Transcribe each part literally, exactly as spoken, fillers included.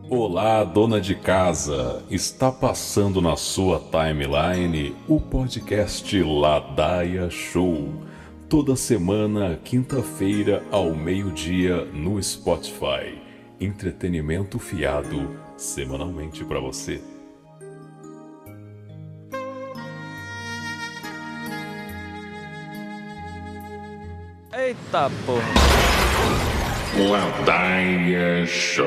Olá, dona de casa! Está passando na sua timeline o podcast Ladaia Show. Toda semana, quinta-feira, ao meio-dia, no Spotify. Entretenimento fiado, semanalmente para você. Eita porra! Ladaia Show.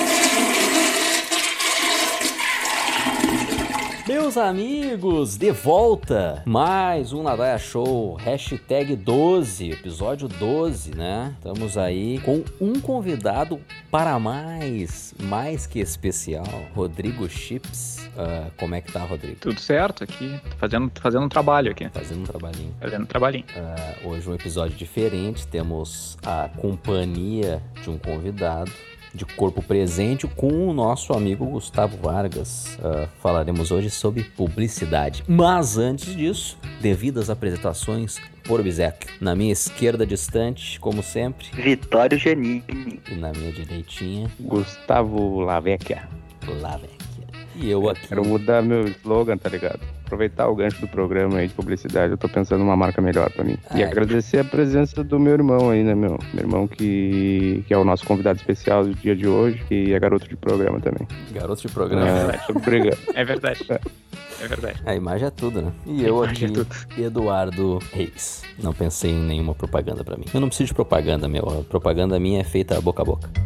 Meus amigos, de volta! Mais um Ladaia Show, hashtag doze, episódio doze, né? Estamos aí com um convidado para mais, mais que especial, Rodrigo Chips. Uh, como é que tá, Rodrigo? Tudo certo aqui, fazendo, fazendo um trabalho aqui. Fazendo um trabalhinho. Fazendo um trabalhinho. Uh, hoje um episódio diferente, temos a companhia de um convidado de corpo presente com o nosso amigo Gustavo Vargas. Uh, falaremos hoje sobre publicidade. Mas antes disso, devidas apresentações por Bizek. Na minha esquerda distante, como sempre, Vitório Genini. E na minha direitinha, Gustavo Lavecchia. Lavecchia. E eu aqui. Quero mudar meu slogan, tá ligado? Aproveitar o gancho do programa aí de publicidade, eu tô pensando numa marca melhor pra mim. Ai. E agradecer a presença do meu irmão aí, né, meu? Meu irmão que, que é o nosso convidado especial do dia de hoje, que é garoto de programa também. Garoto de programa. É verdade. Obrigado. É verdade. É. É verdade. A imagem é tudo, né? E eu aqui, é Eduardo Reis. Não pensei em nenhuma propaganda pra mim. Eu não preciso de propaganda, meu. A propaganda minha é feita boca a boca.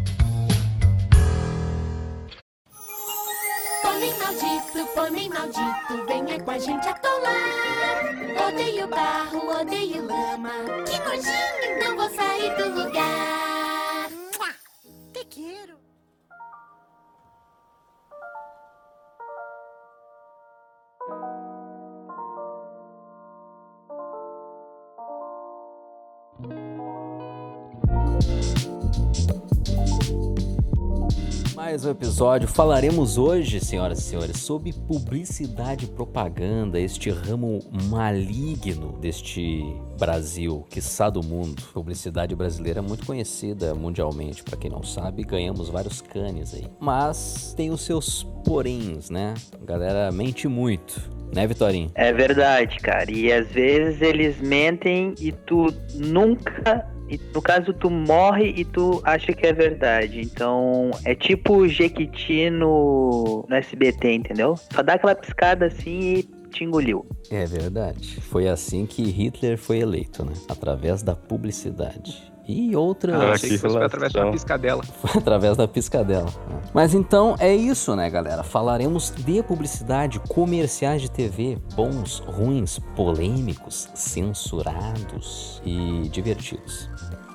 Pônei maldito, pônei maldito, venha com a gente atolar. Odeio barro, odeio lama. Que nojinho, não vou sair do lugar. Te quero. Mais um episódio. Falaremos hoje, senhoras e senhores, sobre publicidade e propaganda, este ramo maligno deste Brasil, quiçá do mundo. Publicidade brasileira é muito conhecida mundialmente, pra quem não sabe, ganhamos vários canes aí. Mas tem os seus poréns, né? A galera mente muito, né, Vitorinho? É verdade, cara. E às vezes eles mentem e tu nunca... E no caso, tu morre e tu acha que é verdade. Então, é tipo Jequiti no, no S B T, entendeu? Só dá aquela piscada assim e te engoliu. É verdade. Foi assim que Hitler foi eleito, né? Através da publicidade. E outra... Ah, achei que fosse através da piscadela. Foi através da piscadela. Mas então é isso, né, galera? Falaremos de publicidade, comerciais de T V, bons, ruins, polêmicos, censurados e divertidos.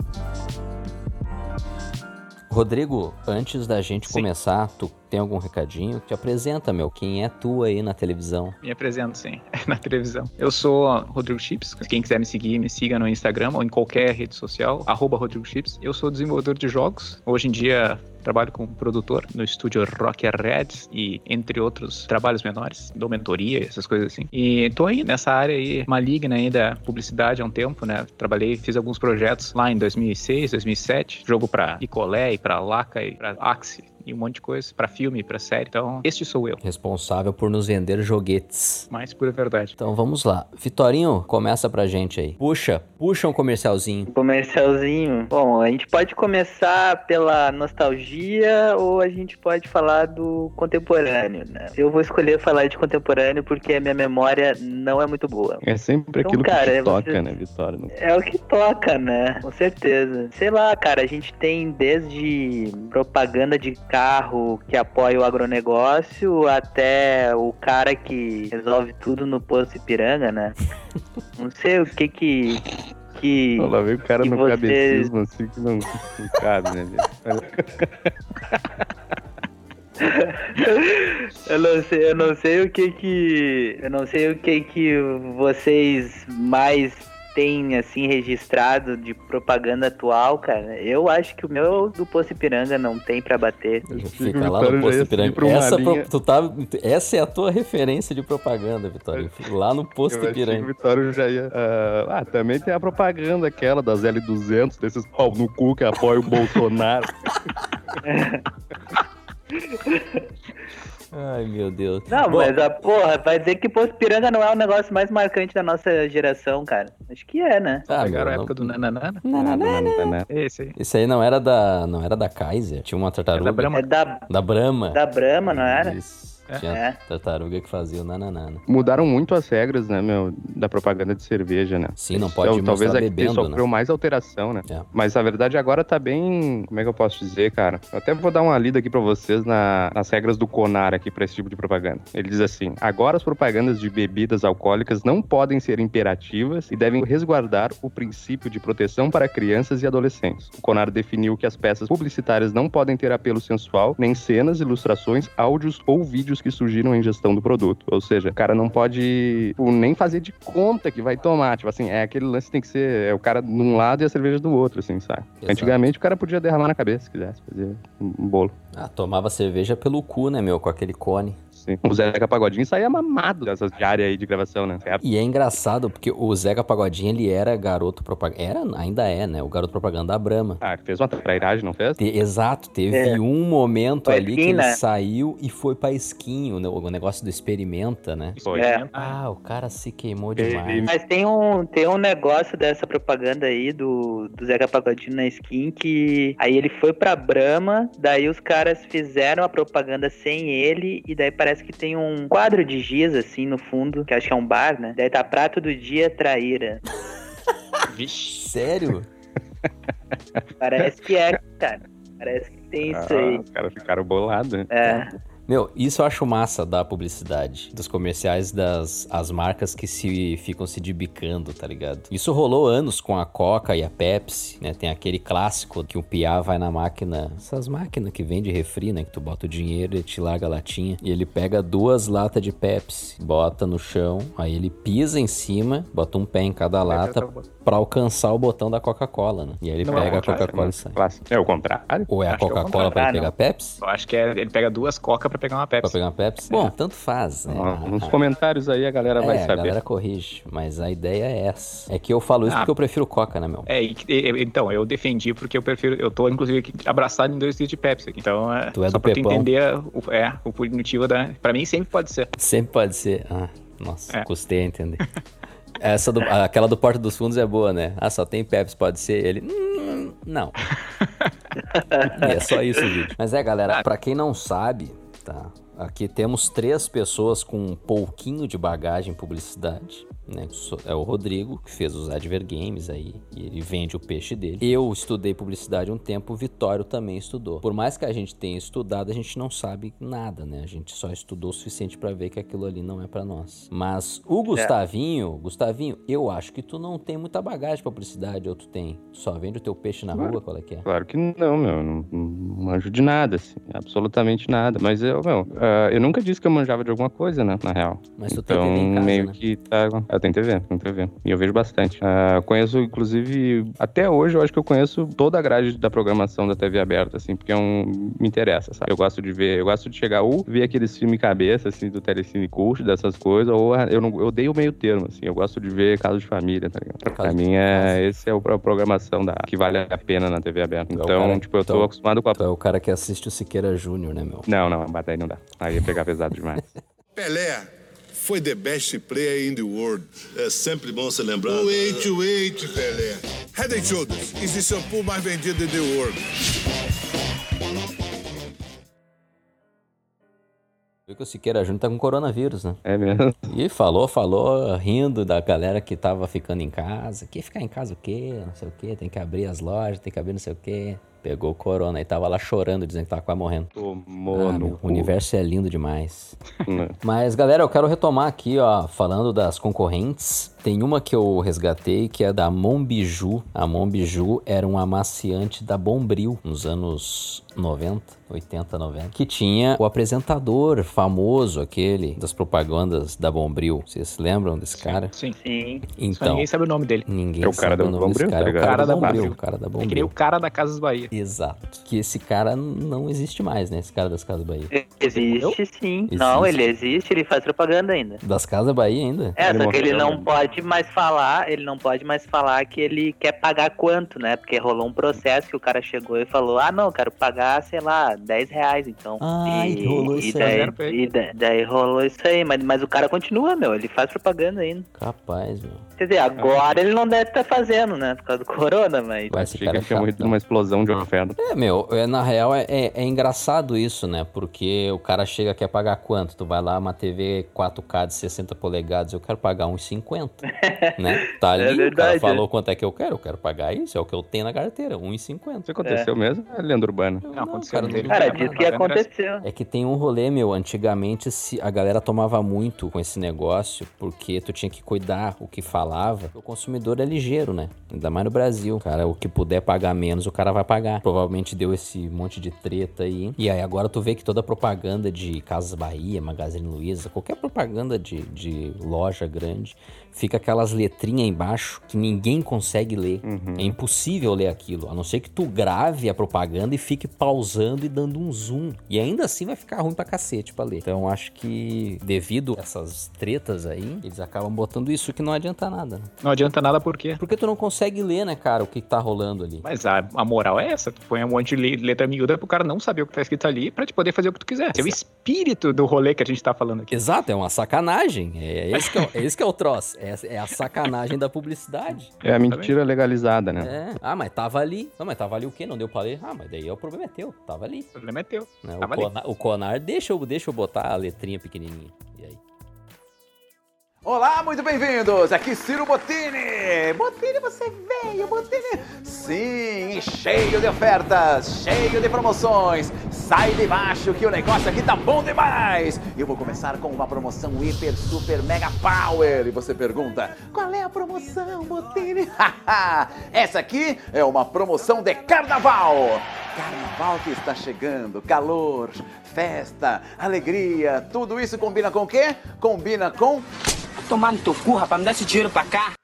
Rodrigo, antes da gente Sim. começar, tu tem algum recadinho? Te apresenta, meu. Quem é tu aí na televisão? Me apresento, sim, na televisão. Eu sou Rodrigo Chips. Quem quiser me seguir, me siga no Instagram ou em qualquer rede social, arroba Rodrigo Chips. Eu sou desenvolvedor de jogos. Hoje em dia, trabalho como produtor no estúdio Rocker Red e entre outros trabalhos menores, dou mentoria, essas coisas assim. E tô aí nessa área aí maligna aí da publicidade há um tempo, né? Trabalhei, fiz alguns projetos lá em dois mil e seis, dois mil e sete, jogo pra Picolé e pra Laca e pra Axie e um monte de coisa, pra filme, pra série. Então, este sou eu. Responsável por nos vender joguetes. Mais pura verdade. Então vamos lá. Vitorinho, começa pra gente aí. Puxa, puxa um comercialzinho. Comercialzinho. Bom, a gente pode começar pela nostalgia ou a gente pode falar do contemporâneo, né? Eu vou escolher falar de contemporâneo porque a minha memória não é muito boa. É sempre Então, aquilo cara, que é toca, você- né, Vitória? É o que toca, né? Com certeza. Sei lá, cara, a gente tem desde propaganda de carro que apoia o agronegócio até o cara que resolve tudo no posto Ipiranga, né? Não sei o que que... que Lá vem o cara E no você- cabecismo, assim, que não, não cabe, né, velho? eu não sei, eu não sei o que que... Eu não sei o que que vocês mais têm, assim, registrado de propaganda atual, cara. Eu acho que o meu do Poço Ipiranga não tem pra bater. Fica lá Vitória no Posto já ia Ipiranga. seguir pra uma Essa, pro- linha. tu tá, essa é a tua referência de propaganda, Vitória. Lá no Posto Eu achei que o Ipiranga. Vitória já ia... ah, ah, também tem a propaganda aquela das L duzentos, desses pau no cu que apoia o Bolsonaro. Ai, meu Deus. Não, Bom, mas a porra, vai dizer que Poço Piranga não é o negócio mais marcante da nossa geração, cara. Acho que é, né? ah, Pegaram meu, a época do Nananana? não... Esse aí. Esse aí não era da, não era da Kaiser? Tinha uma tartaruga. É da Brahma. É da, Da Brahma. da Brahma, não era? Isso. É. Tinha É. tartaruga que fazia o nananana. Mudaram muito as regras, né, meu, da propaganda de cerveja, né? Sim, não pode Então, talvez mostrar é que bebendo, sofreu né? mais alteração, né? É. Mas a verdade agora tá bem... Como é que eu posso dizer, cara? Eu até vou dar uma lida aqui pra vocês na- nas regras do CONAR aqui pra esse tipo de propaganda. Ele diz assim: agora as propagandas de bebidas alcoólicas não podem ser imperativas e devem resguardar o princípio de proteção para crianças e adolescentes. O CONAR definiu que as peças publicitárias não podem ter apelo sensual, nem cenas, ilustrações, áudios ou vídeos que sugiram a ingestão do produto. Ou seja, o cara não pode tipo, nem fazer de conta que vai tomar. Tipo assim, é aquele lance que tem que ser é o cara de um lado e a cerveja do outro, assim, sabe? Exato. Antigamente o cara podia derramar na cabeça se quisesse, fazer um bolo. Ah, tomava cerveja pelo cu, né, meu? Com aquele cone. Sim. O Zeca Pagodinho saía mamado dessas diárias aí de gravação, né? Certo? E é engraçado, porque o Zeca Pagodinho, ele era garoto propaganda. Era, ainda é, né? O garoto propaganda da Brahma. Ah, fez uma trairagem, não fez? Te- Exato, teve É. um momento Foi ali que esquina. ele saiu e foi pra esquinho, né? O negócio do experimenta, né? Foi. É. Ah, o cara se queimou Ele- demais. Mas tem um, tem um negócio dessa propaganda aí do, do Zeca Pagodinho na skin que aí ele foi pra Brahma, daí os caras fizeram a propaganda sem ele e daí parece que tem um quadro de giz assim no fundo, que acho que é um bar, né? Daí tá prato do dia traíra. Vixe. Sério? Parece que é, cara. Parece que tem isso Ah, aí. os caras ficaram bolados, né? É. Meu, isso eu acho massa da publicidade, dos comerciais das as marcas que se ficam se debicando, tá ligado? Isso rolou anos com a Coca e a Pepsi, né? Tem aquele clássico que o piá vai na máquina, essas máquinas que vende refri, né? Que tu bota o dinheiro e te larga a latinha. E ele pega duas latas de Pepsi, bota no chão, aí ele pisa em cima, bota um pé em cada lata pra alcançar o botão da Coca-Cola, né? E aí ele Não é pega o a Coca-Cola e sai. Clássico. É o contrário? Ou é a Acho que é o Coca-Cola pra contrário. ele pegar Ah, a Pepsi? Eu acho que é, ele pega duas coca pra pegar uma Pra Pepsi. pegar uma Pepsi? Bom, tanto faz, né? Ó, Nos Ah, comentários aí a galera vai é, a saber. galera corrige, mas a ideia é essa. É que eu falo isso Ah. porque eu prefiro Coca, né, meu? É, e, e- então, eu defendi porque eu prefiro. Eu tô, inclusive, aqui abraçado em dois litros de Pepsi aqui. Então, é, Tu é só do pra tu Pepão. entender o, é, o motivo da. Pra mim, sempre pode ser. Sempre pode ser. Ah, nossa, É. custei a entender. Essa do, aquela do Porta dos Fundos é boa, né? Ah, só tem Pepsi, pode ser. Ele, hum, não. E é só isso o vídeo. Mas é, galera, pra quem não sabe, tá? Aqui temos três pessoas com um pouquinho de bagagem em publicidade, né? É o Rodrigo, que fez os Adver Games aí, e ele vende o peixe dele. Eu estudei publicidade um tempo, o Vitório também estudou. Por mais que a gente tenha estudado, a gente não sabe nada, né? A gente só estudou o suficiente pra ver que aquilo ali não é pra nós. Mas o Gustavinho, Gustavinho, eu acho que tu não tem muita bagagem pra publicidade, ou tu tem? Tu só vende o teu peixe na rua, qual é que é? Claro que não, meu. Não, não manjo de nada, assim. Absolutamente nada. Mas eu, meu, ah, eu nunca disse que eu manjava de alguma coisa, né? Na real. Mas tu tem Então, T V em casa, meio né? que tá. Eu tenho T V, tenho T V. E eu vejo bastante. Ah, conheço, inclusive, até hoje eu acho que eu conheço toda a grade da programação da T V aberta, assim, porque é um, me interessa, sabe? Eu gosto de ver, eu gosto de chegar ou ver aqueles filmes cabeça, assim, do Telecine Cult, dessas coisas, ou eu não eu odeio o meio termo, assim. Eu gosto de ver Casos de Família, tá ligado? Pra Caso de mim, é, Casa. esse é o, a programação da, que vale a pena na T V aberta. Tu é o Então, cara- tipo, eu tô então- acostumado com a. Tu é o cara que assiste o Siqueira Júnior, né, meu? Não, não, mas aí não dá. Aí ia pegar pesado demais. Pelé foi the best player in the world. É sempre bom ser lembrado. Wait, wait, Pelé. Head and Shoulders is the shampoo mais vendido in the world. Viu que o Siqueira Júnior tá com coronavírus, né? É mesmo. E falou, falou, rindo da galera que tava ficando em casa. Que ficar em casa o quê? Não sei o quê, tem que abrir as lojas, tem que abrir não sei o quê. Pegou o corona e tava lá chorando, dizendo que tava quase morrendo. Tomou Ah, no meu, o cu. universo é lindo demais. Né? Mas, galera, eu quero retomar aqui, ó, falando das concorrentes. Tem uma que eu resgatei, que é da Monbiju. A Monbiju era um amaciante da Bombril, nos anos noventa, oitenta, noventa. Que tinha o apresentador famoso, aquele, das propagandas da Bombril. Vocês se lembram desse cara? Sim. Sim. Só Então, ninguém sabe o nome dele. ninguém É o cara sabe da o nome desse Bombril, cara. tá É o ligado? cara da O cara da Bombril. Bombril. O cara da É que nem Bombril. o cara da Casas Bahia. Exato. Que esse cara não existe mais, né? Esse cara das Casas Bahia. Existe sim. Existe. Não, ele existe, ele faz propaganda ainda. Das Casas Bahia ainda? É, Ele só que ele morreu, não né? pode mais falar, ele não pode mais falar que ele quer pagar quanto, né? Porque rolou um processo que o cara chegou e falou, ah, não, quero pagar, sei lá, dez reais, então. Ai, e, rolou e isso daí, aí. e da- daí rolou isso aí, mas, mas o cara continua, meu, ele faz propaganda ainda. Capaz, meu. Quer dizer, agora ele não deve estar fazendo, né? Por causa do corona, mas... Vai, esse Achei que cara é ele tinha morrido chatão. numa explosão de oferta. É, meu, é, na real é, é, é engraçado isso, né? Porque o cara chega e quer pagar quanto? Tu vai lá, uma T V quatro K de sessenta polegadas, eu quero pagar uns cinquenta, né? Tá ali, É o cara verdade, falou quanto é que eu quero, eu quero pagar isso, é o que eu tenho na carteira, uns cinquenta. Isso aconteceu mesmo? É lenda urbana. Não, aconteceu cara, dele. Cara, Não, disse não, que não, não, aconteceu. É que tem um rolê, meu, antigamente se a galera tomava muito com esse negócio, porque tu tinha que cuidar o que falava. O consumidor é ligeiro, né? Ainda mais no Brasil. Cara, o que puder pagar menos, o cara vai pagar. Provavelmente deu esse monte de treta aí. E aí agora tu vê que toda propaganda de Casas Bahia, Magazine Luiza, qualquer propaganda de, de loja grande, fica aquelas letrinhas embaixo que ninguém consegue ler. Uhum. É impossível ler aquilo, a não ser que tu grave a propaganda e fique pausando e dando um zoom. E ainda assim vai ficar ruim pra cacete pra ler. Então acho que devido a essas tretas aí, eles acabam botando isso que não adianta nada, né? Não adianta nada por quê? Porque tu não consegue ler, né, cara, o que tá rolando ali. Mas a, a moral é essa, tu põe um monte de le- letra miúda pro cara não saber o que tá escrito ali pra te poder fazer o que tu quiser. Esse é o espírito do rolê que a gente tá falando aqui. Exato, é uma sacanagem. É esse que é, o- é, esse que é o troço. É, é a sacanagem da publicidade. É a mentira legalizada, né? É. Ah, mas tava ali. Não, mas tava ali o quê? Não deu pra ler? Ah, mas daí o problema é teu. Tava ali. O problema é teu. Né? O, Tava ali. Conar, o Conar deixa eu, deixa eu botar a letrinha pequenininha. E aí? Olá, muito bem-vindos! Aqui Ciro Bottini! Bottini, você veio, Bottini! Sim, cheio de ofertas, cheio de promoções! Sai de baixo que o negócio aqui tá bom demais! Eu vou começar com uma promoção hiper, super, mega power! E você pergunta, qual é a promoção, Bottini? Essa aqui é uma promoção de carnaval! Carnaval que está chegando, calor, festa, alegria, tudo isso combina com o quê? Combina com... Tomar no teu cu, rapaz, me dá esse dinheiro pra cá.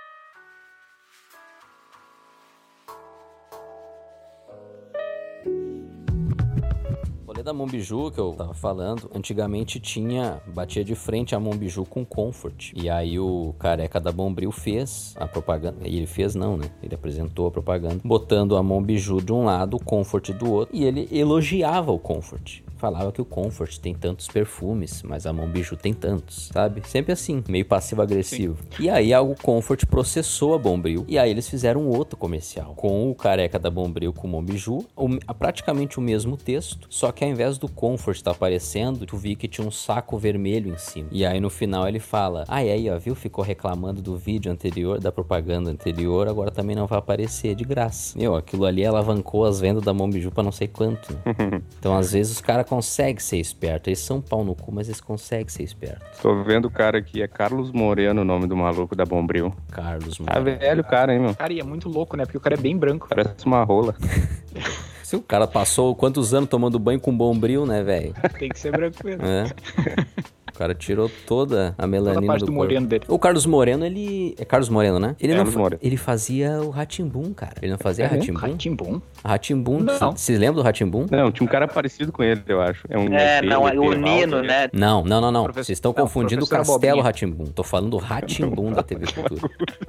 O rolê da Monbiju que eu tava falando, antigamente tinha, batia de frente a Monbiju com Comfort. E aí o careca da Bombril fez a propaganda. E ele fez não, né? Ele apresentou a propaganda, botando a Monbiju de um lado, o Comfort do outro. E ele elogiava o Comfort. Falava que o Comfort tem tantos perfumes, mas a Monbiju tem tantos, sabe? Sempre assim, meio passivo-agressivo. E aí o Comfort processou a Bombril. E aí eles fizeram um outro comercial com o careca da Bombril com o Monbiju, o, praticamente o mesmo texto, só que ao invés do Comfort estar aparecendo, tu vi que tinha um saco vermelho em cima. E aí no final ele fala, ah, e aí, ó, viu? Ficou reclamando do vídeo anterior, da propaganda anterior, agora também não vai aparecer de graça. Meu, aquilo ali alavancou as vendas da Monbiju pra não sei quanto, né? Então às vezes os caras conseguem ser espertos. Eles são pau no cu, mas eles conseguem ser espertos. Tô vendo o cara aqui, é Carlos Moreno o nome do maluco da Bombril. Carlos, Tá mano. velho o cara, hein, meu? Cara, e é muito louco, né? Porque o cara é bem branco. Parece uma rola. Se o cara passou quantos anos tomando banho com Bombril, né, velho? Tem que ser branco mesmo. É. O cara tirou toda a Toda melanina a parte do, do corpo. moreno dele. O Carlos Moreno, ele... É Carlos Moreno, né? Ele, não Carlos fa- Moreno. ele fazia o Rá-Tim-Bum, cara. Ele não fazia É mesmo? Rá-Tim-Bum? Rá-Tim-Bum? Rá-Tim-Bum. Não. Vocês lembram do Rá-Tim-Bum? Não, tinha um cara parecido com ele, eu acho. É, um É, E T, não, E T, o Nino, Walter. né? Não, não, não, não. Professor- Vocês estão não, confundindo o professora Castelo Bobinha. Rá-Tim-Bum. Tô falando do Rá-Tim-Bum da T V Cultura.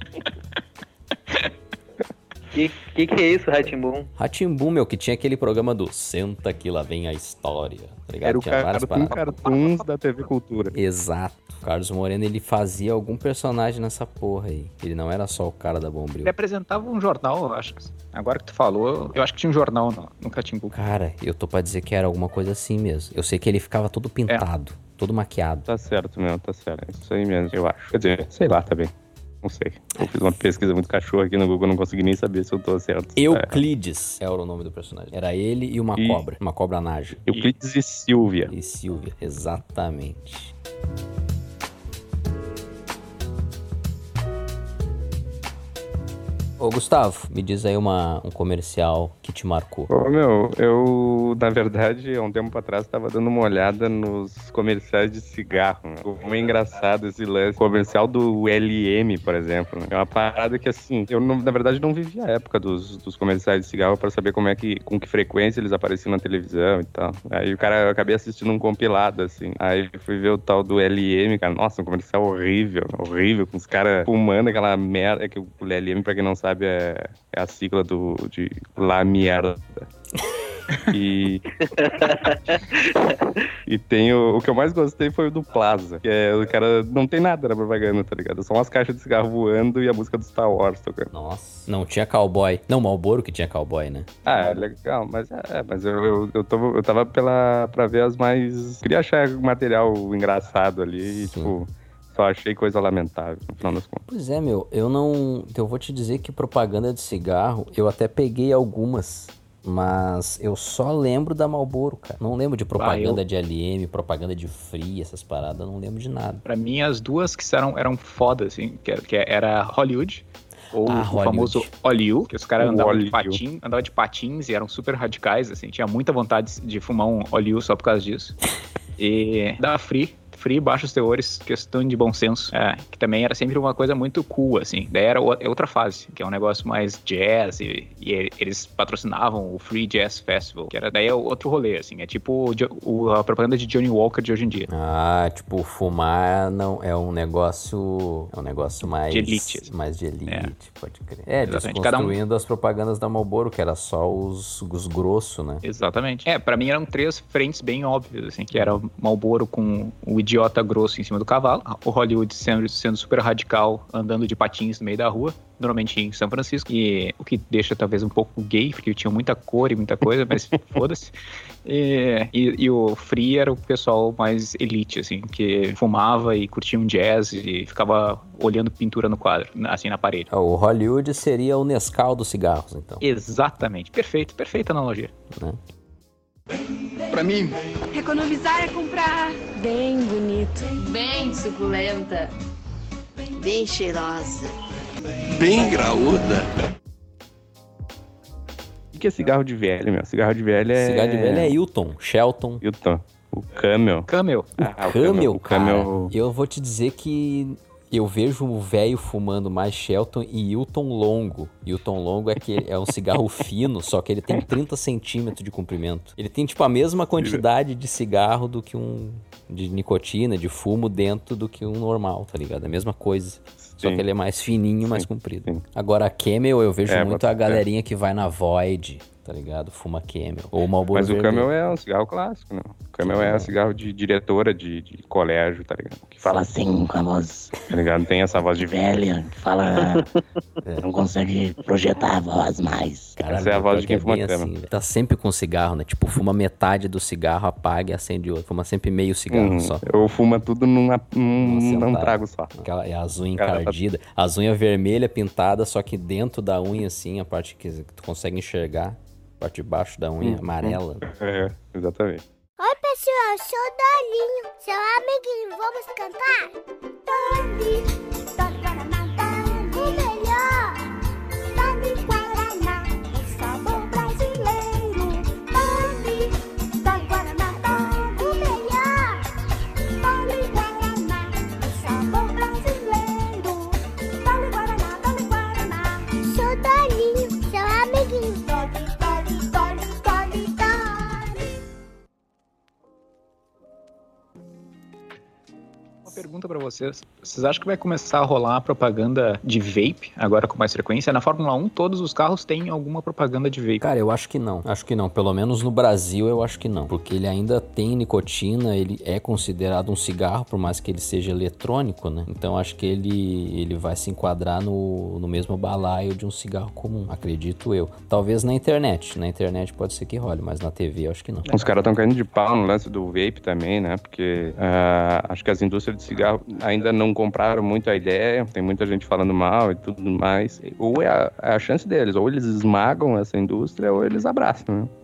Que, que que é isso, Rá-Tim-Bum? Rá-Tim-Bum, meu, que tinha aquele programa do Senta que lá vem a história, tá ligado? Era o Tinha várias Cartoon paradas. Cartoons da T V Cultura. Exato. O Carlos Moreno, ele fazia algum personagem nessa porra aí. Ele não era só o cara da Bombril. Ele apresentava um jornal, eu acho. Agora que tu falou, eu acho que tinha um jornal no, no Rá-Tim-Bum. Cara, eu tô pra dizer que era alguma coisa assim mesmo. Eu sei que ele ficava todo pintado, todo maquiado. Tá certo, meu, tá certo. É isso aí mesmo, eu acho. Quer dizer, sei lá também. Não sei. Eu fiz uma pesquisa muito cachorro aqui no Google, não consegui nem saber se eu tô certo. Euclides era o nome do personagem. Era ele e uma E- cobra. Uma cobra naja. É. Euclides e Silvia. E Silvia, exatamente. Ô, Gustavo, me diz aí uma, um comercial que te marcou. Ô, meu, eu, na verdade, há um tempo atrás, tava dando uma olhada nos comerciais de cigarro, né? Como é engraçado esse lance. Comercial do L M, por exemplo, né? É uma parada que, assim, eu, não, na verdade, não vivi a época dos, dos comerciais de cigarro pra saber como é que, com que frequência eles apareciam na televisão e tal. Aí o cara, eu acabei assistindo um compilado, assim. Aí fui ver o tal do L M, cara. Nossa, um comercial horrível, horrível, com os caras fumando aquela merda. É que o L M, pra quem não sabe, é, é a sigla do, de La Mierda. E, e tem o, o que eu mais gostei foi o do Plaza, que é o cara, não tem nada na propaganda, tá ligado? Só umas caixas de cigarro voando e a música do Star Wars tocando. Nossa, não tinha cowboy. Não, Marlboro que tinha cowboy, né? Ah, é legal, mas é, mas eu, eu, eu, tô, eu tava pela, pra ver as mais... Queria achar material engraçado ali e, tipo... Só achei coisa lamentável, no final das contas. Pois é, meu, eu não... Eu vou te dizer que propaganda de cigarro, eu até peguei algumas, mas eu só lembro da Marlboro, cara. Não lembro de propaganda ah, eu... de L M, propaganda de Free, essas paradas, eu não lembro de nada. Pra mim, as duas que eram, eram foda, assim, que era, que era Hollywood, ou ah, o Hollywood. famoso Oliu, que os caras andavam de, patin, andavam de patins e eram super radicais, assim, tinha muita vontade de fumar um Oliu só por causa disso. E da Free... Free, baixos teores, questão de bom senso, é, que também era sempre uma coisa muito cool, assim. Daí era outra fase, que é um negócio mais jazz, e, e eles patrocinavam o Free Jazz Festival, que era daí é outro rolê, assim. É tipo o, a propaganda de Johnny Walker de hoje em dia. Ah, tipo, fumar não, é um negócio, é um negócio mais... De elite. Assim. Mais de elite, é. Pode crer. É, exatamente. desconstruindo Cada um... as propagandas da Marlboro, que era só os, os grossos, né? Exatamente. É, pra mim eram três frentes bem óbvias, assim, que era o Marlboro com o idiota grosso em cima do cavalo, o Hollywood sendo, sendo super radical, andando de patins no meio da rua, normalmente em São Francisco, e o que deixa talvez um pouco gay, porque tinha muita cor e muita coisa, mas foda-se. E, e, e o Free era o pessoal mais elite, assim, que fumava e curtia um jazz e ficava olhando pintura no quadro, assim, na parede. O Hollywood seria o Nescau dos cigarros, então. Exatamente, perfeito, perfeita analogia. Né? Pra mim, economizar é comprar bem bonito, bem suculenta, bem cheirosa, bem graúda. O que é cigarro de velho, meu? Cigarro de velho é... Cigarro de velho é Hilton, Shelton. Hilton. O Camel. Camel. Ah, o Camel, cara. Camel... Eu vou te dizer que... Eu vejo o velho fumando mais Shelton e Hilton Longo. Hilton Longo é, que é um cigarro fino, só que ele tem trinta centímetros de comprimento. Ele tem, tipo, a mesma quantidade de cigarro do que um... de nicotina, de fumo dentro do que um normal, tá ligado? A mesma coisa. Sim. Só que ele é mais fininho, mais sim, comprido. Sim. Agora, a Camel, eu vejo é, muito a galerinha é. que vai na Void, tá ligado? Fuma Camel. Ou Marlboro Mas verde. O Camel é um cigarro clássico, né? O Camel Sim. é um cigarro de diretora de, de colégio, tá ligado? Que fala assim com a voz... Tá ligado? Tem essa voz de velha, que fala... é. Não consegue projetar a voz mais. Caralho, essa é a voz de quem é fuma Camel. Assim, tá sempre com cigarro, né? Tipo, fuma metade do cigarro, apaga e acende outro. Fuma sempre meio cigarro hum, só. Eu fumo tudo num, num, num trago só. Aquela, é as unhas encardidas. Tá... As unhas vermelhas pintadas, só que dentro da unha, assim, a parte que tu consegue enxergar. Parte de baixo da unha, hum, amarela. É, exatamente. Oi, pessoal, eu sou o Dolinho, seu amiguinho. Vamos cantar? Doli, Doli Guaraná, o melhor. Doli Guaraná, o sabor brasileiro. Doli, Doli Guaraná, o melhor. Doli Guaraná, o sabor brasileiro. Doli Guaraná, Doli Guaraná. Sou o Dolinho, seu amiguinho. Pergunta pra vocês, vocês acham que vai começar a rolar propaganda de vape agora com mais frequência? Na Fórmula um, todos os carros têm alguma propaganda de vape. Cara, eu acho que não. Acho que não. Pelo menos no Brasil, eu acho que não. Porque ele ainda tem nicotina, ele é considerado um cigarro, por mais que ele seja eletrônico, né? Então, acho que ele, ele vai se enquadrar no, no mesmo balaio de um cigarro comum, acredito eu. Talvez na internet. Na internet pode ser que role, mas na T V eu acho que não. Os caras estão caindo de pau no lance do vape também, né? Porque uh, acho que as indústrias de cigarro ainda não compraram muito a ideia, tem muita gente falando mal e tudo mais. Ou é a, é a chance deles, ou eles esmagam essa indústria ou eles abraçam, né?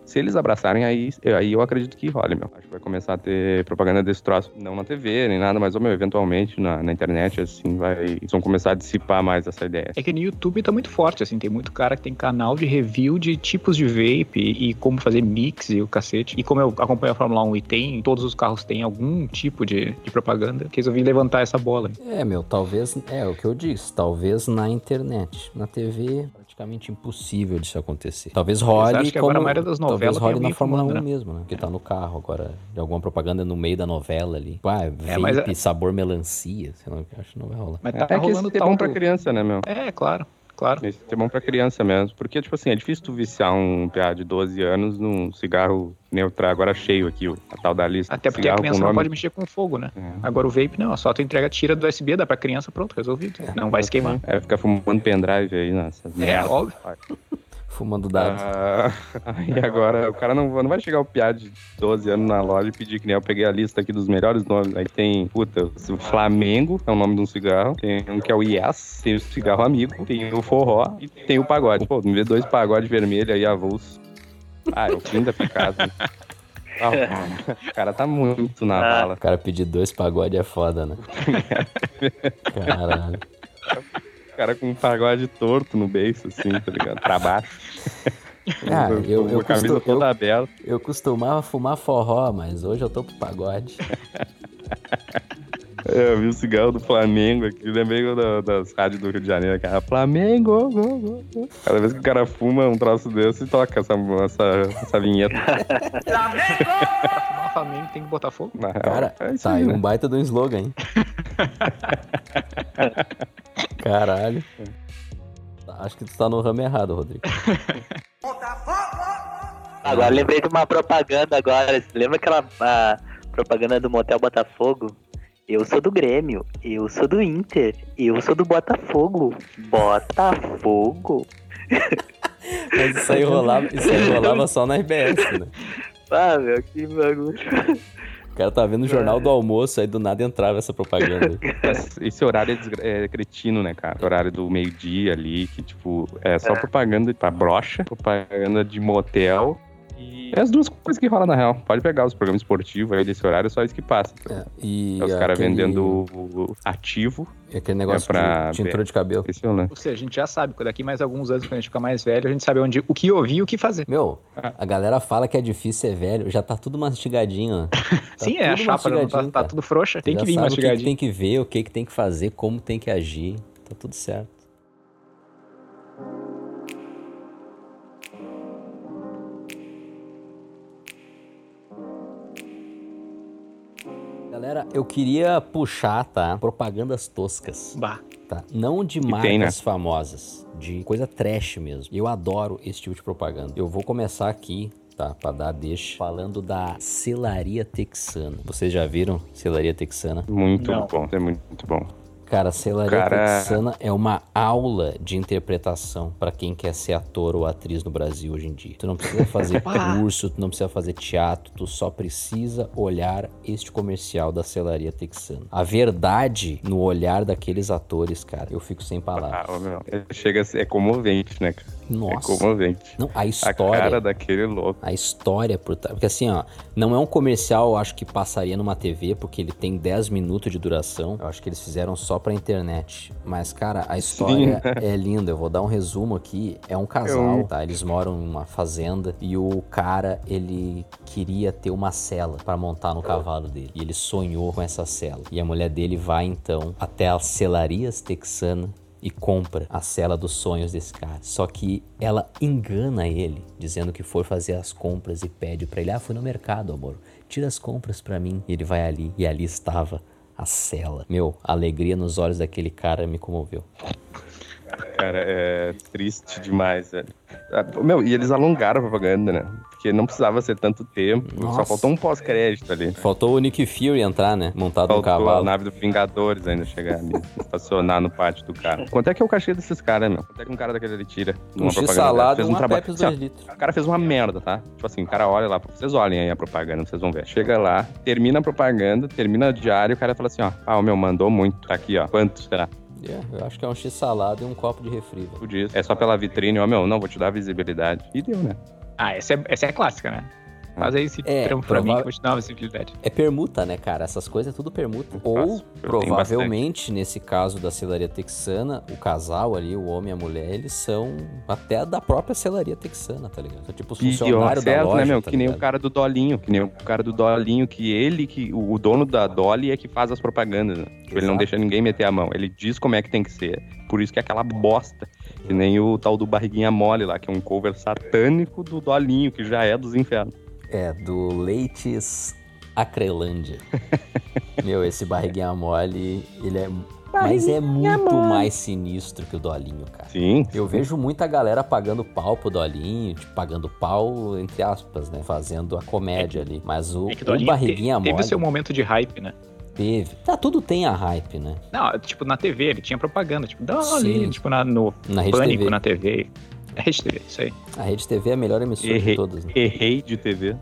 Se eles abraçarem, aí, aí eu acredito que role, meu. Acho que vai começar a ter propaganda desse troço. Não na T V, nem nada, mas, meu, eventualmente na, na internet, assim, vai... Eles vão começar a dissipar mais essa ideia. É que no YouTube tá muito forte, assim, tem muito cara que tem canal de review de tipos de vape e, e como fazer mix e o cacete. E como eu acompanho a Fórmula um e tem, todos os carros têm algum tipo de, de propaganda, que resolvi levantar essa bola. É, meu, talvez, é o que eu disse, talvez na internet. Na T V, praticamente impossível disso acontecer. Talvez role acho que como... agora a maioria das novelas talvez role tem na alguém Fórmula fumando, um né? mesmo, né? Porque tá no carro agora, de alguma propaganda no meio da novela ali. Ah, vape, É, mas é- sabor melancia, sei lá, acho que não vai rolar. Mas tá É que rolando esse é tal bom pra do- criança, né, meu? É, claro, claro. Esse é bom pra criança mesmo. Porque, tipo assim, é difícil tu viciar um piá de doze anos num cigarro neutral, agora cheio aqui, o- a tal da lista. Até porque a Cigarro criança com não nome- pode mexer com fogo, né? Agora o vape não, só tu entrega, tira do U S B, dá pra criança, pronto, resolvido. Não vai se queimar. É, ficar fumando pendrive aí nessas É, merdas. óbvio. Fumando dados. Ah, e agora, o cara não, não vai chegar o piá de doze anos na loja e pedir que nem eu peguei a lista aqui dos melhores nomes. Aí tem, puta, o Flamengo, é o nome de um cigarro. Tem um que é o Yes, tem o cigarro amigo, tem o forró e tem o pagode. Pô, me vê dois pagodes vermelhos aí, avulso. Ah, é o fim da picada. Ah, o cara, o cara tá muito na bala. O cara pedir dois pagodes é foda, né? Caralho. O cara com um pagode torto no beiço, assim, tá ligado? Pra baixo. Ah, eu, eu, a camisa costu- toda eu- aberta. eu costumava fumar forró, mas hoje eu tô pro pagode. É, eu vi o cigarro do Flamengo aqui, lembrei da- das rádios do Rio de Janeiro, cara. Flamengo, go, go, go. Cada vez que o cara fuma um troço desse, toca essa, essa, essa vinheta. Fumar Flamengo tem que botar fogo. Na real, Cara, é isso tá aí, aí né? um baita de um slogan, hein? Caralho. Acho que tu tá no ramo errado, Rodrigo. Agora lembrei de uma propaganda agora. Você lembra aquela a propaganda do Motel Botafogo? Eu sou do Grêmio, eu sou do Inter, eu sou do Botafogo. Botafogo? Mas isso aí rolava, isso aí rolava só na R B S, né? Ah, meu, que bagulho. O cara tá vendo o jornal do almoço, aí do nada entrava essa propaganda. Esse- Esse horário é, desgra- é cretino, né, cara? O horário do meio-dia ali, que, tipo, é só propaganda pra brocha, propaganda de motel. E é as duas coisas que rolam na real. Pode pegar os programas esportivos aí desse horário, é só isso que passa. É, e É os caras aquele- vendendo o ativo. E aquele negócio é pra de tintura de cabelo. Esse é o lance. Ou seja, a gente já sabe, daqui mais alguns anos, quando a gente ficar mais velho, a gente sabe onde, o que ouvir e o que fazer. Meu, a galera fala que é difícil ser velho, já tá tudo mastigadinho, né? Tá Sim, é a tudo chapa, não tá, mastigadinho, tá cara. tudo frouxa, tem Já que vir sabe o que, que mastigadinho. tem que ver, o que, que tem que fazer, como tem que agir. Tá tudo certo. Galera, eu queria puxar, tá? Propagandas toscas. Bah. Tá? Não de marcas tem, né? famosas, de coisa trash mesmo. Eu adoro esse tipo de propaganda. Eu vou começar aqui, tá? Pra dar deixa, falando da Selaria Texana. Vocês já viram Selaria Texana? Muito Não. bom, é muito, muito bom. Cara, Selaria Cara- Texana é uma aula de interpretação pra quem quer ser ator ou atriz no Brasil hoje em dia. Tu não precisa fazer curso, tu não precisa fazer teatro, tu só precisa olhar este comercial da Selaria Texana. A verdade no olhar daqueles atores, cara, eu fico sem palavras. Ah, ô, meu, chega a ser, é comovente, né, cara? Nossa. É comovente. Não, a A história... cara daquele louco. A história por trás. Porque assim, ó, não é um comercial, eu acho que passaria numa T V, porque ele tem dez minutos de duração. Eu acho que eles fizeram só pra internet. Mas, cara, a história é linda. Eu vou dar um resumo aqui. É um casal, Eu- tá? Eles moram em uma fazenda e o cara, ele queria ter uma cela pra montar no cavalo dele. E ele sonhou com essa cela. E a mulher dele vai, então, até as selarias texanas e compra a cela dos sonhos desse cara. Só que ela engana ele, dizendo que foi fazer as compras e pede pra ele: ah, fui no mercado, amor, tira as compras pra mim. E ele vai ali, e ali estava a cela. Meu, a alegria nos olhos daquele cara me comoveu. Cara, é triste demais, velho. Ah, Meu, e eles alongaram a propaganda, né? Porque não precisava ser tanto tempo. Nossa. Só faltou um pós-crédito ali. Faltou o Nick Fury entrar, né? Montado no Faltou a cavalo. nave do Vingadores ainda chegar ali, estacionar no pátio do cara. Quanto é que é o cachê desses caras, meu? Quanto é que um cara daquele ali tira? Um numa X propaganda salada dessa? e uma trabalho. Pepsi Assim, ó, dois litros. O cara fez uma merda, tá? Tipo assim, o cara olha lá, vocês olhem aí a propaganda, vocês vão ver. Chega lá, termina a propaganda, termina o diário, o cara fala assim, ó, ah, o meu mandou muito, tá aqui, ó. Quanto será? Yeah, eu acho que é um X salada e um copo de refri. velho. Tudo isso. É só pela vitrine, ó, meu, não, vou te dar visibilidade. E deu, né? Ah, essa é, essa é a clássica, né? Faz aí esse É, trampo pra prova- mim, continuar a visibilidade. É permuta, né, cara? Essas coisas é tudo permuta. Ou, faço. Eu tenho provavelmente, nesse caso da celaria texana, o casal ali, o homem e a mulher, eles são até da própria celaria texana, tá ligado? São tipo os funcionários da certo, loja, né, meu? tá Que nem ligado? o cara do Dolinho, que nem o cara do Dolinho, que ele, que o dono da Dolly é que faz as propagandas, né? Tipo, ele não Exato. deixa ninguém meter a mão, ele diz como é que tem que ser. Por isso que é aquela bosta, que nem o tal do Barriguinha Mole lá, que é um cover satânico do Dolinho, que já é dos infernos. É, do Leites Acrelândia. Meu, esse barriguinha mole, ele é... Mas é muito mais sinistro que o Dolinho, cara. Sim. Eu vejo muita galera pagando pau pro Dolinho, tipo, pagando pau, entre aspas, né? Fazendo a comédia ali. Mas o, É que o Dolinho barriguinha te- mole... Teve seu momento de hype, né? Teve. Tá, tudo tem a hype, né? Não, tipo, na T V, ele tinha propaganda, tipo, dá Sim. ali, tipo, na, no Na Rede Pânico, T V. na T V. É Rede T V, isso aí. A Rede T V é a melhor emissora Errei, de todas, né? errei de T V.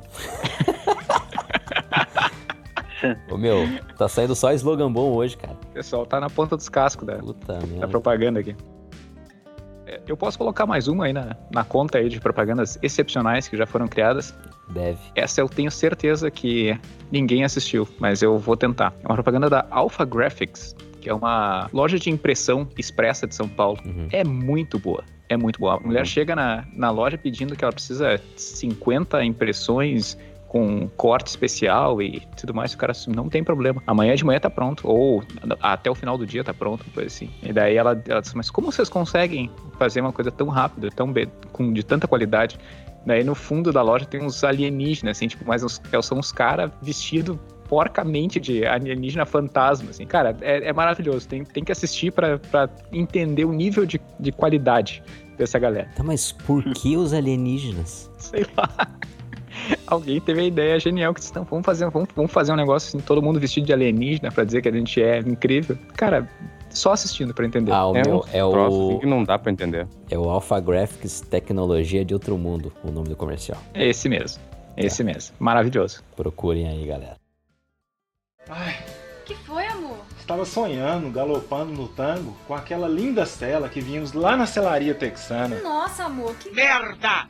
Ô, meu, tá saindo só slogan bom hoje, cara. O pessoal tá na ponta dos cascos da, Puta da merda. propaganda aqui. É, Eu posso colocar mais uma aí na, na conta aí de propagandas excepcionais que já foram criadas. Deve. Essa eu tenho certeza que ninguém assistiu, mas eu vou tentar. É uma propaganda da Alpha Graphics, que é uma loja de impressão expressa de São Paulo. Uhum. É muito boa. É muito boa. A mulher chega na, na loja pedindo que ela precisa de cinquenta impressões com corte especial e tudo mais. O cara não tem problema. Amanhã de manhã tá pronto. Ou até o final do dia tá pronto, coisa assim. E daí ela, ela diz, mas como vocês conseguem fazer uma coisa tão rápida, tão be- com, de tanta qualidade? Daí no fundo da loja tem uns alienígenas, assim, tipo, mas uns, são uns caras vestidos porcamente de alienígena fantasma, assim. Cara, é, é maravilhoso. Tem, tem que assistir pra, pra entender o nível de, de qualidade dessa galera. Tá, mas por que os alienígenas? Sei lá. Alguém teve a ideia genial que disse, não, vamos fazer, vamos, vamos fazer um negócio assim, todo mundo vestido de alienígena pra dizer que a gente é incrível. Cara, só assistindo pra entender. Ah, o É meu um é troço o... assim que não dá pra entender. É o Alpha Graphics Tecnologia de Outro Mundo, o nome do comercial. É esse mesmo. É esse mesmo. Maravilhoso. Procurem aí, galera. Ai, que foi, amor? Estava sonhando, galopando no tango, com aquela linda cela que vimos lá na celaria texana. Nossa, amor, que Merda!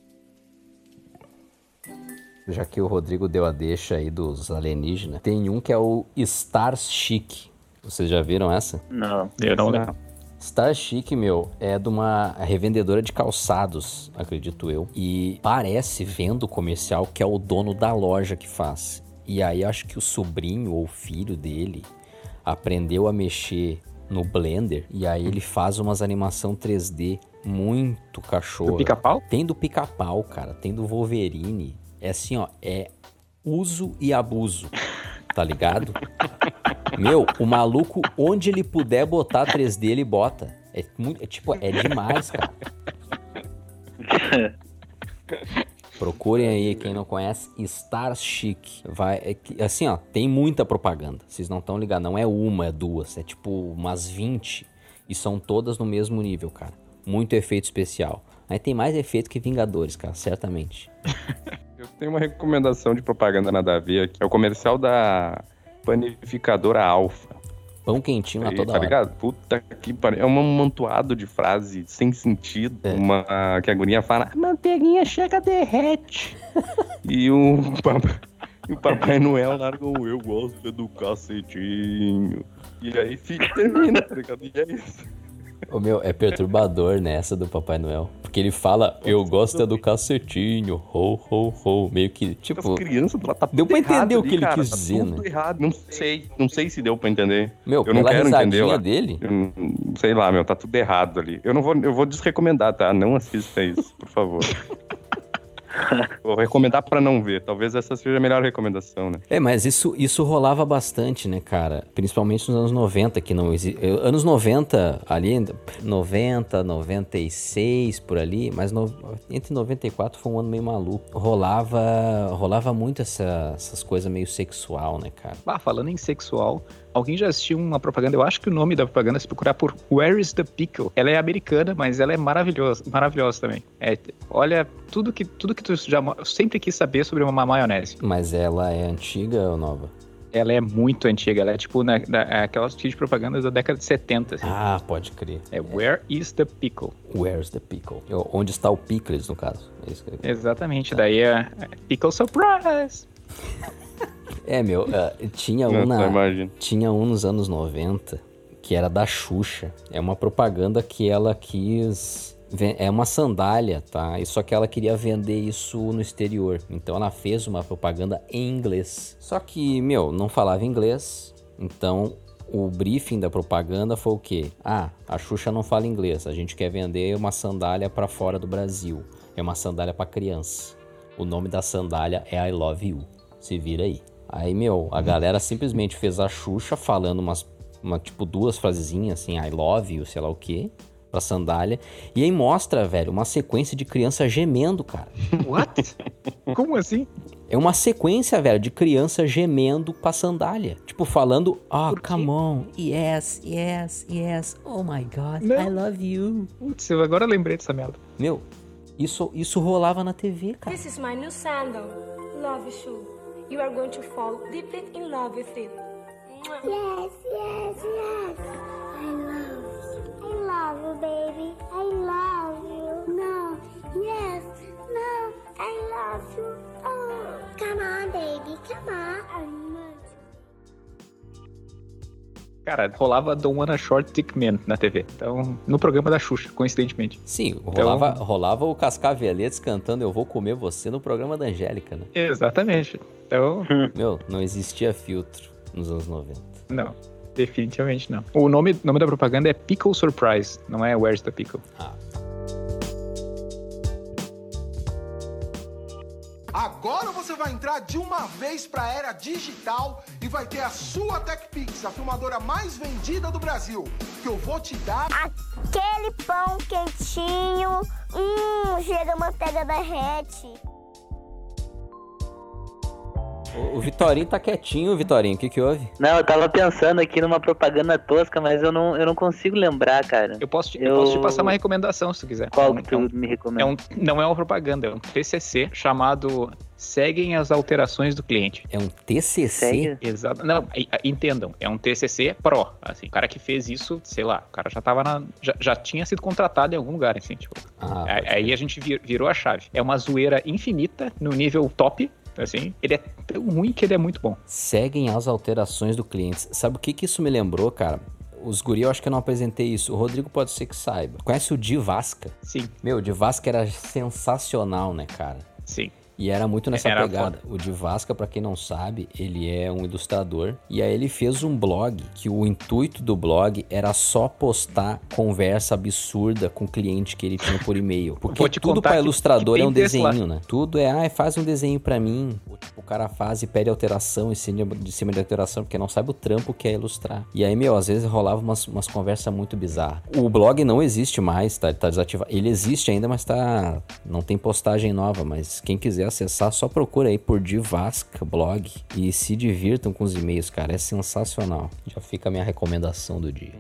Já que o Rodrigo deu a deixa aí dos alienígenas, tem um que é o Star Chic. Vocês já viram essa? Não. Eu não lembro. Star Chic, meu, é de uma revendedora de calçados, acredito eu. E parece, vendo o comercial, que é o dono da loja que faz. E aí acho que o sobrinho ou filho dele aprendeu a mexer no Blender. E aí ele faz umas animação três D muito cachorro. Do Pica-Pau? Tem do Pica-Pau, cara. Tem do Wolverine. É assim, ó. É uso e abuso. Tá ligado? Meu, o maluco, onde ele puder botar três D, ele bota. É, muito, é tipo, é demais, cara. Procurem aí, quem não conhece, Star Chic. Vai, é que, assim, ó, tem muita propaganda. Vocês não estão ligados, não é uma, é duas. É tipo umas vinte. E são todas no mesmo nível, cara. Muito efeito especial. Aí tem mais efeito que Vingadores, cara, certamente. Eu tenho uma recomendação de propaganda nada a ver aqui. É o comercial da panificadora Alfa. Pão quentinho a Aí, toda tá hora. ligado? Puta que pariu. É um amontoado de frase sem sentido. É. Uma que a guria fala, a manteiguinha chega derrete. E o, papai, e o Papai Noel larga um eu gosto do cacetinho. E aí fica, termina, tá ligado? E é isso. Ô, meu, é perturbador nessa do Papai Noel. Porque ele fala, eu gosto é do cacetinho, ho, ho, ho. Meio que, tipo... As crianças, ela tá deu pra tudo errado entender o ali, que ele cara, quis tá dizer, tudo né? errado. Não sei, não sei se deu pra entender. Meu, eu não pela quero entender, risadinha ó. dele... Eu não- sei lá, meu, tá tudo errado ali. Eu não vou, eu vou desrecomendar, tá? Não assista isso, por favor. Vou recomendar pra não ver. Talvez essa seja a melhor recomendação, né? É, mas isso, isso rolava bastante, né, cara? Principalmente nos anos noventa, que não existe... Anos noventa, ali, noventa, noventa e seis, por ali, mas no... entre noventa e quatro foi um ano meio maluco. Rolava, rolava muito essa, essas coisas meio sexual, né, cara? Ah, falando em sexual, alguém já assistiu uma propaganda? Eu acho que o nome da propaganda, se procurar por Where is the Pickle? Ela é americana, mas ela é maravilhosa, maravilhosa também. É, olha, tudo que, tudo que tu já sempre quis saber sobre uma maionese. Mas ela é antiga ou nova? Ela é muito antiga, ela é tipo na, na, aquelas de propagandas da década de setenta. Assim. Ah, pode crer. É Where is the Pickle? Where's the Pickle? Onde está o Pickles, no caso. É isso que eu... Exatamente, tá. Daí é Pickle Surprise! É, meu, uh, tinha, um na, tinha um nos anos noventa que era da Xuxa. É uma propaganda que ela quis... É uma sandália, tá? E só que ela queria vender isso no exterior. Então ela fez uma propaganda em inglês. Só que, meu, não falava inglês. Então o briefing da propaganda foi o quê? Ah, a Xuxa não fala inglês. A gente quer vender uma sandália pra fora do Brasil. É uma sandália pra criança. O nome da sandália é I Love You. Se vira aí. Aí, meu, a galera simplesmente fez a Xuxa falando umas, uma, tipo, duas frasezinhas assim, I love you, sei lá o quê, pra sandália. E aí mostra, velho, uma sequência de criança gemendo, cara. What? Como assim? É uma sequência, velho, de criança gemendo pra sandália. Tipo, falando, oh, come on, yes, yes, yes, oh my God, Não. I love you. Putz, eu agora lembrei dessa merda. Meu, isso, isso rolava na T V, cara. This is my new sandal, love shoe. You are going to fall deeply in love with it. Yes, yes, yes. I love you. I love you, baby. I love you. No, yes, no, I love you. Oh, come on, baby, come on. Cara, rolava Don't Wanna Short Dick Man na T V. Então, no programa da Xuxa, coincidentemente. Sim, rolava, então... rolava o Cascaveletes cantando Eu Vou Comer Você no programa da Angélica, né? Exatamente. Então... Meu, não existia filtro nos anos noventa. Não, definitivamente não. O nome, nome da propaganda é Pickle Surprise, não é Where's the Pickle. Ah. Agora você vai entrar de uma vez para a era digital e vai ter a sua TechPix, a filmadora mais vendida do Brasil, que eu vou te dar... Aquele pão quentinho, hum, chega a manteiga derrete. O Vitorinho tá quietinho, Vitorinho, o que que houve? Não, eu tava pensando aqui numa propaganda tosca, mas eu não, eu não consigo lembrar, cara. Eu posso te, eu... Eu posso te passar uma recomendação, se tu quiser. Qual que é tu um, me recomenda? É um, não é uma propaganda, é um T C C chamado Seguem as Alterações do Cliente. É um T C C? Exato. Não, entendam, é um T C C Pro, assim. O cara que fez isso, sei lá, o cara já tava na... Já, já tinha sido contratado em algum lugar, assim, tipo. Ah, aí a gente vir, virou a chave. É uma zoeira infinita no nível top. Assim, ele é tão ruim que ele é muito bom. Seguem as alterações do cliente. Sabe o que que isso me lembrou, cara? Os guri, eu acho que eu não apresentei isso. O Rodrigo pode ser que saiba. Conhece o Di Vasca? Sim. Meu, o Di Vasca era sensacional, né, cara? Sim. E era muito nessa era pegada. Foda. O Di Vasca, pra quem não sabe, ele é um ilustrador. E aí ele fez um blog, que o intuito do blog era só postar conversa absurda com o cliente que ele tinha por e-mail. Porque tudo pra ilustrador que, que é um desenho, né? Tudo é, ah, faz um desenho pra mim. O cara faz e pede alteração em cima de, cima de alteração, porque não sabe o trampo que é ilustrar. E aí, meu, às vezes rolava umas, umas conversas muito bizarras. O blog não existe mais, tá, tá desativado. Ele existe ainda, mas tá... Não tem postagem nova, mas quem quiser acessar, só procura aí por Di Vasca blog e se divirtam com os e-mails, cara, é sensacional. Já fica a minha recomendação do dia.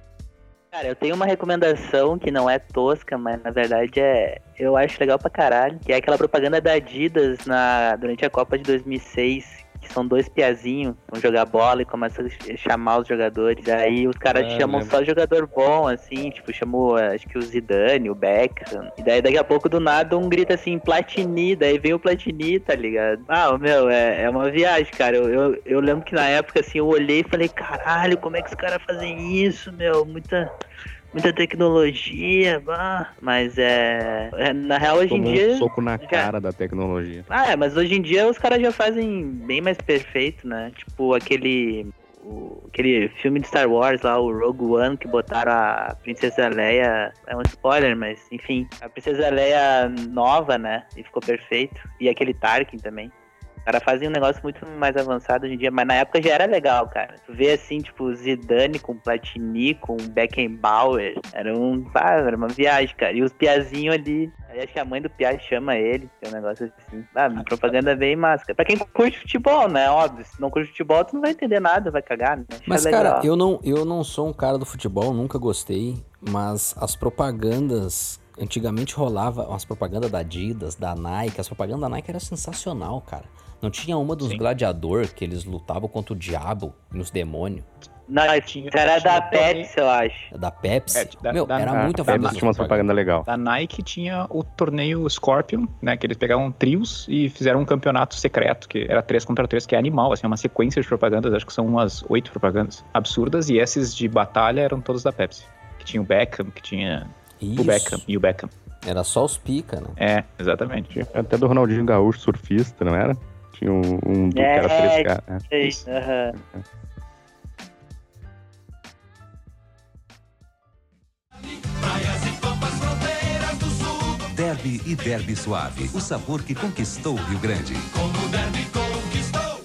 Cara, eu tenho uma recomendação que não é tosca, mas na verdade é, eu acho legal pra caralho, que é aquela propaganda da Adidas na, durante a Copa de dois mil e seis, que são dois piazinhos, vão jogar bola e começam a chamar os jogadores. Aí os caras ah, chamam só jogador bom, assim, tipo, chamou acho que o Zidane, o Beckham. E daí daqui a pouco do nada um grita assim, Platini, daí vem o Platini, tá ligado? Ah, meu, é, é uma viagem, cara. Eu, eu, eu lembro que na época, assim, eu olhei e falei, caralho, como é que os caras fazem isso, meu? Muita... Muita tecnologia, bah. Mas é, é... Na real, hoje Tomou em dia... um soco na já... cara da tecnologia. Ah, é, mas hoje em dia os caras já fazem bem mais perfeito, né? Tipo, aquele... O, aquele filme de Star Wars lá, o Rogue One, que botaram a Princesa Leia... É um spoiler, mas enfim. A Princesa Leia nova, né? E ficou perfeito. E aquele Tarkin também. Os caras fazem um negócio muito mais avançado hoje em dia, mas na época já era legal, cara. Tu vê assim, tipo, Zidane com Platini, com Beckenbauer. Era um... Ah, era uma viagem, cara. E os piazinhos ali... Aí acho que a mãe do Pia chama ele, tem um negócio assim. Ah, propaganda bem máscara. Pra quem curte futebol, né? Óbvio. Se não curte futebol, tu não vai entender nada, vai cagar, né? Mas, cara, eu não, eu não sou um cara do futebol, nunca gostei. Mas as propagandas antigamente rolava umas propagandas da Adidas, da Nike. As propagandas da Nike era sensacional, cara. Não tinha uma dos gladiadores que eles lutavam contra o diabo e os demônios? Não, tinha, era da Pepsi, eu acho. Da Pepsi? É, da, Meu, da, era da, muita da, Pepsi tinha uma propaganda legal. Da Nike tinha o torneio Scorpion, né? Que eles pegavam trios e fizeram um campeonato secreto, que era três contra três, que é animal, assim, uma sequência de propagandas, acho que são umas oito propagandas absurdas, e esses de batalha eram todos da Pepsi. Que tinha o Beckham, que tinha Isso. o Beckham e o Beckham. Era só os pica, né? É, exatamente. Tinha até do Ronaldinho Gaúcho, surfista, não era? Tinha um, um do é, que era três caras. É, isso. Uhum. Derby e Derby Suave, o sabor que conquistou o Rio Grande. Como o Derby conquistou.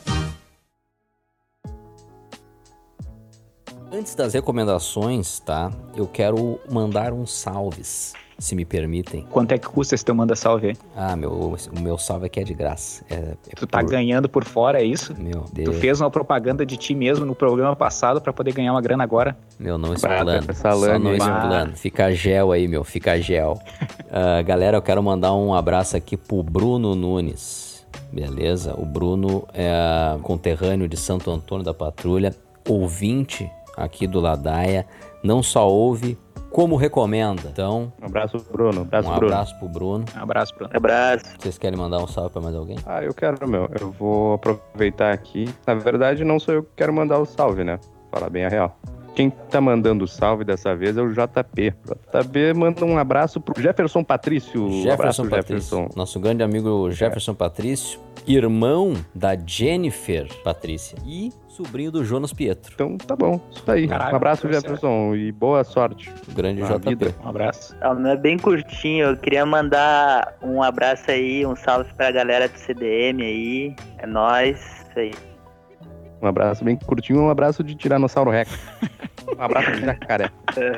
Antes das recomendações, tá? Eu quero mandar uns salves, se me permitem. Quanto é que custa esse teu manda salve aí? Ah, meu, o meu salve aqui é de graça. É, é tu tá por... ganhando por fora, é isso? Meu Deus. Tu fez uma propaganda de ti mesmo no programa passado pra poder ganhar uma grana agora? Meu, não explano. Só não explano. Fica gel aí, meu. Fica gel. uh, galera, eu quero mandar um abraço aqui pro Bruno Nunes. Beleza? O Bruno é conterrâneo de Santo Antônio da Patrulha, ouvinte aqui do Ladaia. Não só ouve, como recomenda. Então, um abraço pro Bruno. Abraço um Bruno. abraço pro Bruno. Um abraço, Bruno. Abraço. Vocês querem mandar um salve pra mais alguém? Ah, eu quero, meu. Eu vou aproveitar aqui. Na verdade, não sou eu que quero mandar o salve, né? Falar bem a real. Quem tá mandando o salve dessa vez é o J P. J P manda um abraço pro Jefferson Patrício. Jefferson um abraço, Patrício. Jefferson. Nosso grande amigo Jefferson é. Patrício. Irmão da Jennifer Patrícia. E sobrinho do Jonas Pietro. Então tá bom, isso aí. Caraca, um abraço, Jefferson, e boa sorte. O grande J P. Vida. Um abraço. Não, não é bem curtinho, eu queria mandar um abraço aí, um salve pra galera do C D M aí. É nóis, isso aí. Um abraço bem curtinho, um abraço de Tiranossauro Rex. Um abraço de jacaré.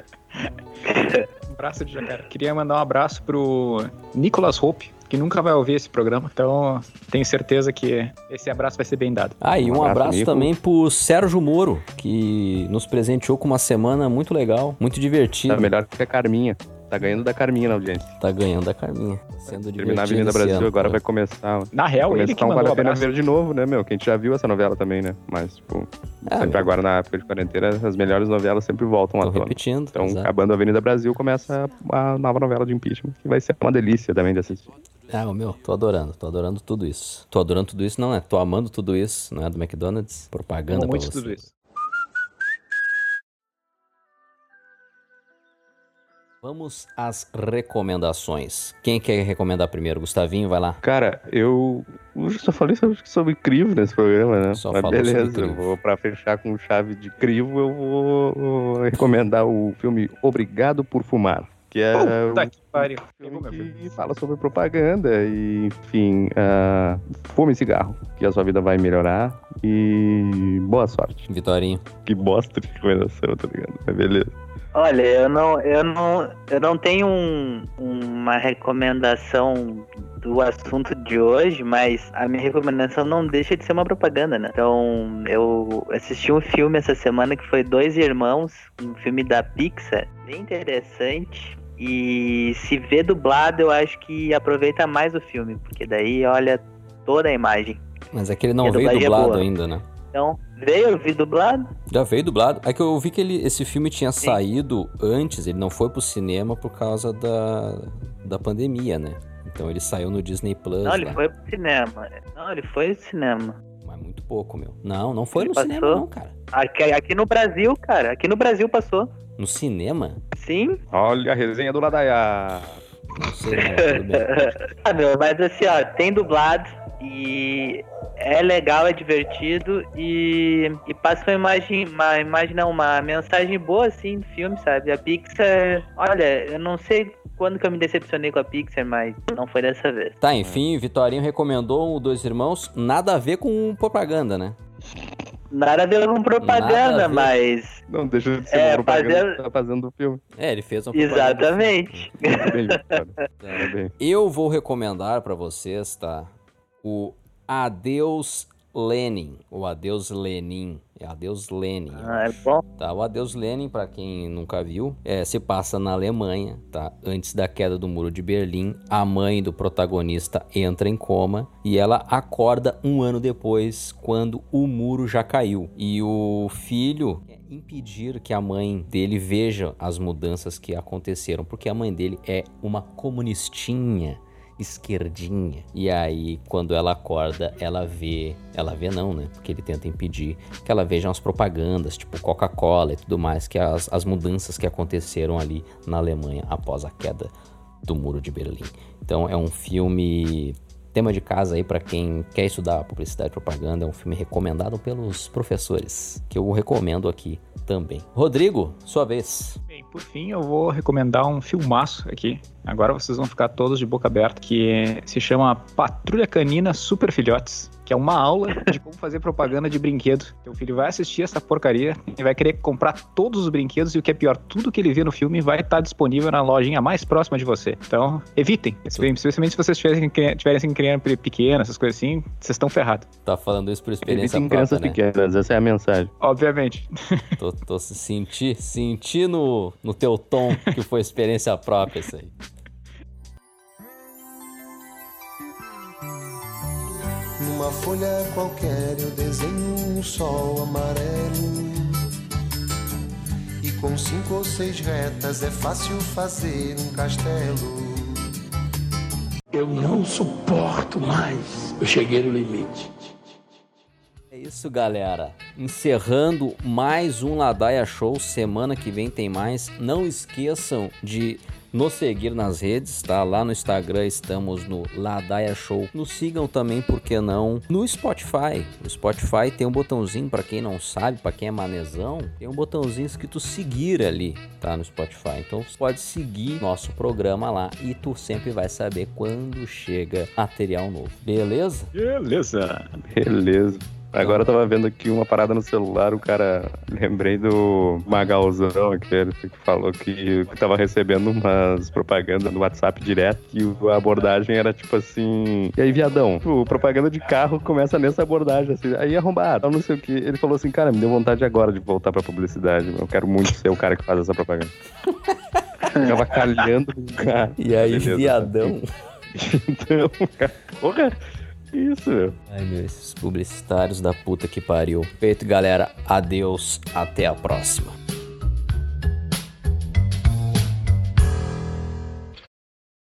Um abraço de jacaré. Queria mandar um abraço pro Nicolas Hope, que nunca vai ouvir esse programa, então tenho certeza que esse abraço vai ser bem dado. Ah, e um, um abraço, abraço também pro Sérgio Moro, que nos presenteou com uma semana muito legal, muito divertida. Tá melhor que a Carminha. Tá ganhando da Carminha na audiência. Tá ganhando da Carminha. Sendo Terminar a Avenida Brasil ano, agora né? Vai começar. Na real, começar ele que um mandou Vale a Pena abraço. Ver de novo, né, meu? Que a gente já viu essa novela também, né? Mas, tipo, ah, sempre meu. Agora na época de quarentena, as melhores novelas sempre voltam Tô à tona. repetindo. Então, exato. Acabando a Avenida Brasil, começa a nova novela de impeachment, que vai ser uma delícia também de assistir. Ah, o meu, tô adorando, tô adorando tudo isso. Tô adorando tudo isso, não é? Tô amando tudo isso, não é? Do McDonald's. Propaganda pra você. Muito tudo isso. Vamos às recomendações. Quem quer recomendar primeiro? Gustavinho, vai lá. Cara, eu, eu só falei sobre, sobre crivo nesse programa, né? Só Mas falou beleza, sobre crivo. Eu vou, pra fechar com chave de crivo, eu vou, vou recomendar o filme Obrigado por Fumar. Que é Puta um que pariu. filme que fala sobre propaganda e, enfim, uh, fume cigarro, que a sua vida vai melhorar e boa sorte. Vitorinho. Que bosta de recomendação, tá ligado? Mas beleza. Olha, eu não, eu não, eu não tenho um, uma recomendação do assunto de hoje, mas a minha recomendação não deixa de ser uma propaganda, né? Então, eu assisti um filme essa semana que foi Dois Irmãos, um filme da Pixar, bem interessante. E se vê dublado, eu acho que aproveita mais o filme, porque daí olha toda a imagem. Mas é que ele não veio dublado é ainda, né? Então, veio, eu vi dublado? Já veio dublado. É que eu vi que ele, esse filme tinha Sim. saído antes, ele não foi pro cinema por causa da, da pandemia, né? Então ele saiu no Disney Plus. Não, ele lá. foi pro cinema. Não, ele foi no cinema. Mas muito pouco, meu. Não, não foi ele no passou? cinema não, cara. Aqui, aqui no Brasil, cara. Aqui no Brasil passou. No cinema? Sim. Olha a resenha do Ladaia. Não sei, não, tudo bem. Ah, meu, mas assim, ó, tem dublado e é legal, é divertido e, e passa uma imagem, uma imagem não, uma mensagem boa assim do filme, sabe? A Pixar, olha, eu não sei quando que eu me decepcionei com a Pixar, mas não foi dessa vez. Tá, enfim, Vitorinho recomendou o Dois Irmãos, nada a ver com propaganda, né? Nada a ver com propaganda, ver. Mas... Não, deixa de ser é, uma propaganda fazer... que tá fazendo o filme. É, ele fez uma propaganda. Exatamente. Eu vou recomendar pra vocês, tá? O Adeus Lenin, o Adeus Lenin. É Adeus Lenin. Ah, é bom. Tá, o Adeus Lenin, pra quem nunca viu, é, se passa na Alemanha, tá? Antes da queda do Muro de Berlim, a mãe do protagonista entra em coma e ela acorda um ano depois, quando o muro já caiu. E o filho quer impedir que a mãe dele veja as mudanças que aconteceram, porque a mãe dele é uma comunistinha, esquerdinha. E aí, quando ela acorda, ela vê... Ela vê não, né? Porque ele tenta impedir que ela veja as propagandas, tipo Coca-Cola e tudo mais, que as, as mudanças que aconteceram ali na Alemanha após a queda do Muro de Berlim. Então, é um filme... Tema de casa aí para quem quer estudar publicidade e propaganda. É um filme recomendado pelos professores, que eu recomendo aqui também. Rodrigo, sua vez. Bem, por fim, eu vou recomendar um filmaço aqui. Agora vocês vão ficar todos de boca aberta, que se chama Patrulha Canina Super Filhotes, que é uma aula de como fazer propaganda de brinquedo. Teu filho vai assistir essa porcaria e vai querer comprar todos os brinquedos, e o que é pior, tudo que ele vê no filme vai estar disponível na lojinha mais próxima de você. Então, evitem. Especialmente se vocês tiverem, tiverem assim, criança pequena, essas coisas assim, vocês estão ferrados. Tá falando isso por experiência Evitem própria, crianças né? pequenas, essa é a mensagem. Obviamente. Tô, tô se senti, senti no, no teu tom que foi experiência própria isso aí. Numa folha qualquer eu desenho um sol amarelo, e com cinco ou seis retas é fácil fazer um castelo. Eu não suporto mais. Eu cheguei no limite. É isso, galera. Encerrando mais um Ladaia Show. Semana que vem tem mais. Não esqueçam de nos seguir nas redes, tá? Lá no Instagram estamos no Ladaia Show. Nos sigam também, por que não, no Spotify. No Spotify tem um botãozinho, pra quem não sabe, pra quem é manezão, tem um botãozinho escrito seguir ali, tá? No Spotify. Então você pode seguir nosso programa lá e tu sempre vai saber quando chega material novo. Beleza? Beleza. Beleza. Agora eu tava vendo aqui uma parada no celular, o cara... Lembrei do Magalzão, aquele que falou que tava recebendo umas propagandas no WhatsApp direto, e a abordagem era tipo assim... E aí, viadão? Tipo, propaganda de carro começa nessa abordagem, assim. Aí, arrombado, não sei o que. Ele falou assim, cara, me deu vontade agora de voltar pra publicidade. Eu quero muito ser o cara que faz essa propaganda. Ficava calhando o cara. E aí, beleza, viadão? Então, cara... Porra! Isso, meu. Ai, meu, esses publicitários da puta que pariu. Feito, galera. Adeus. Até a próxima.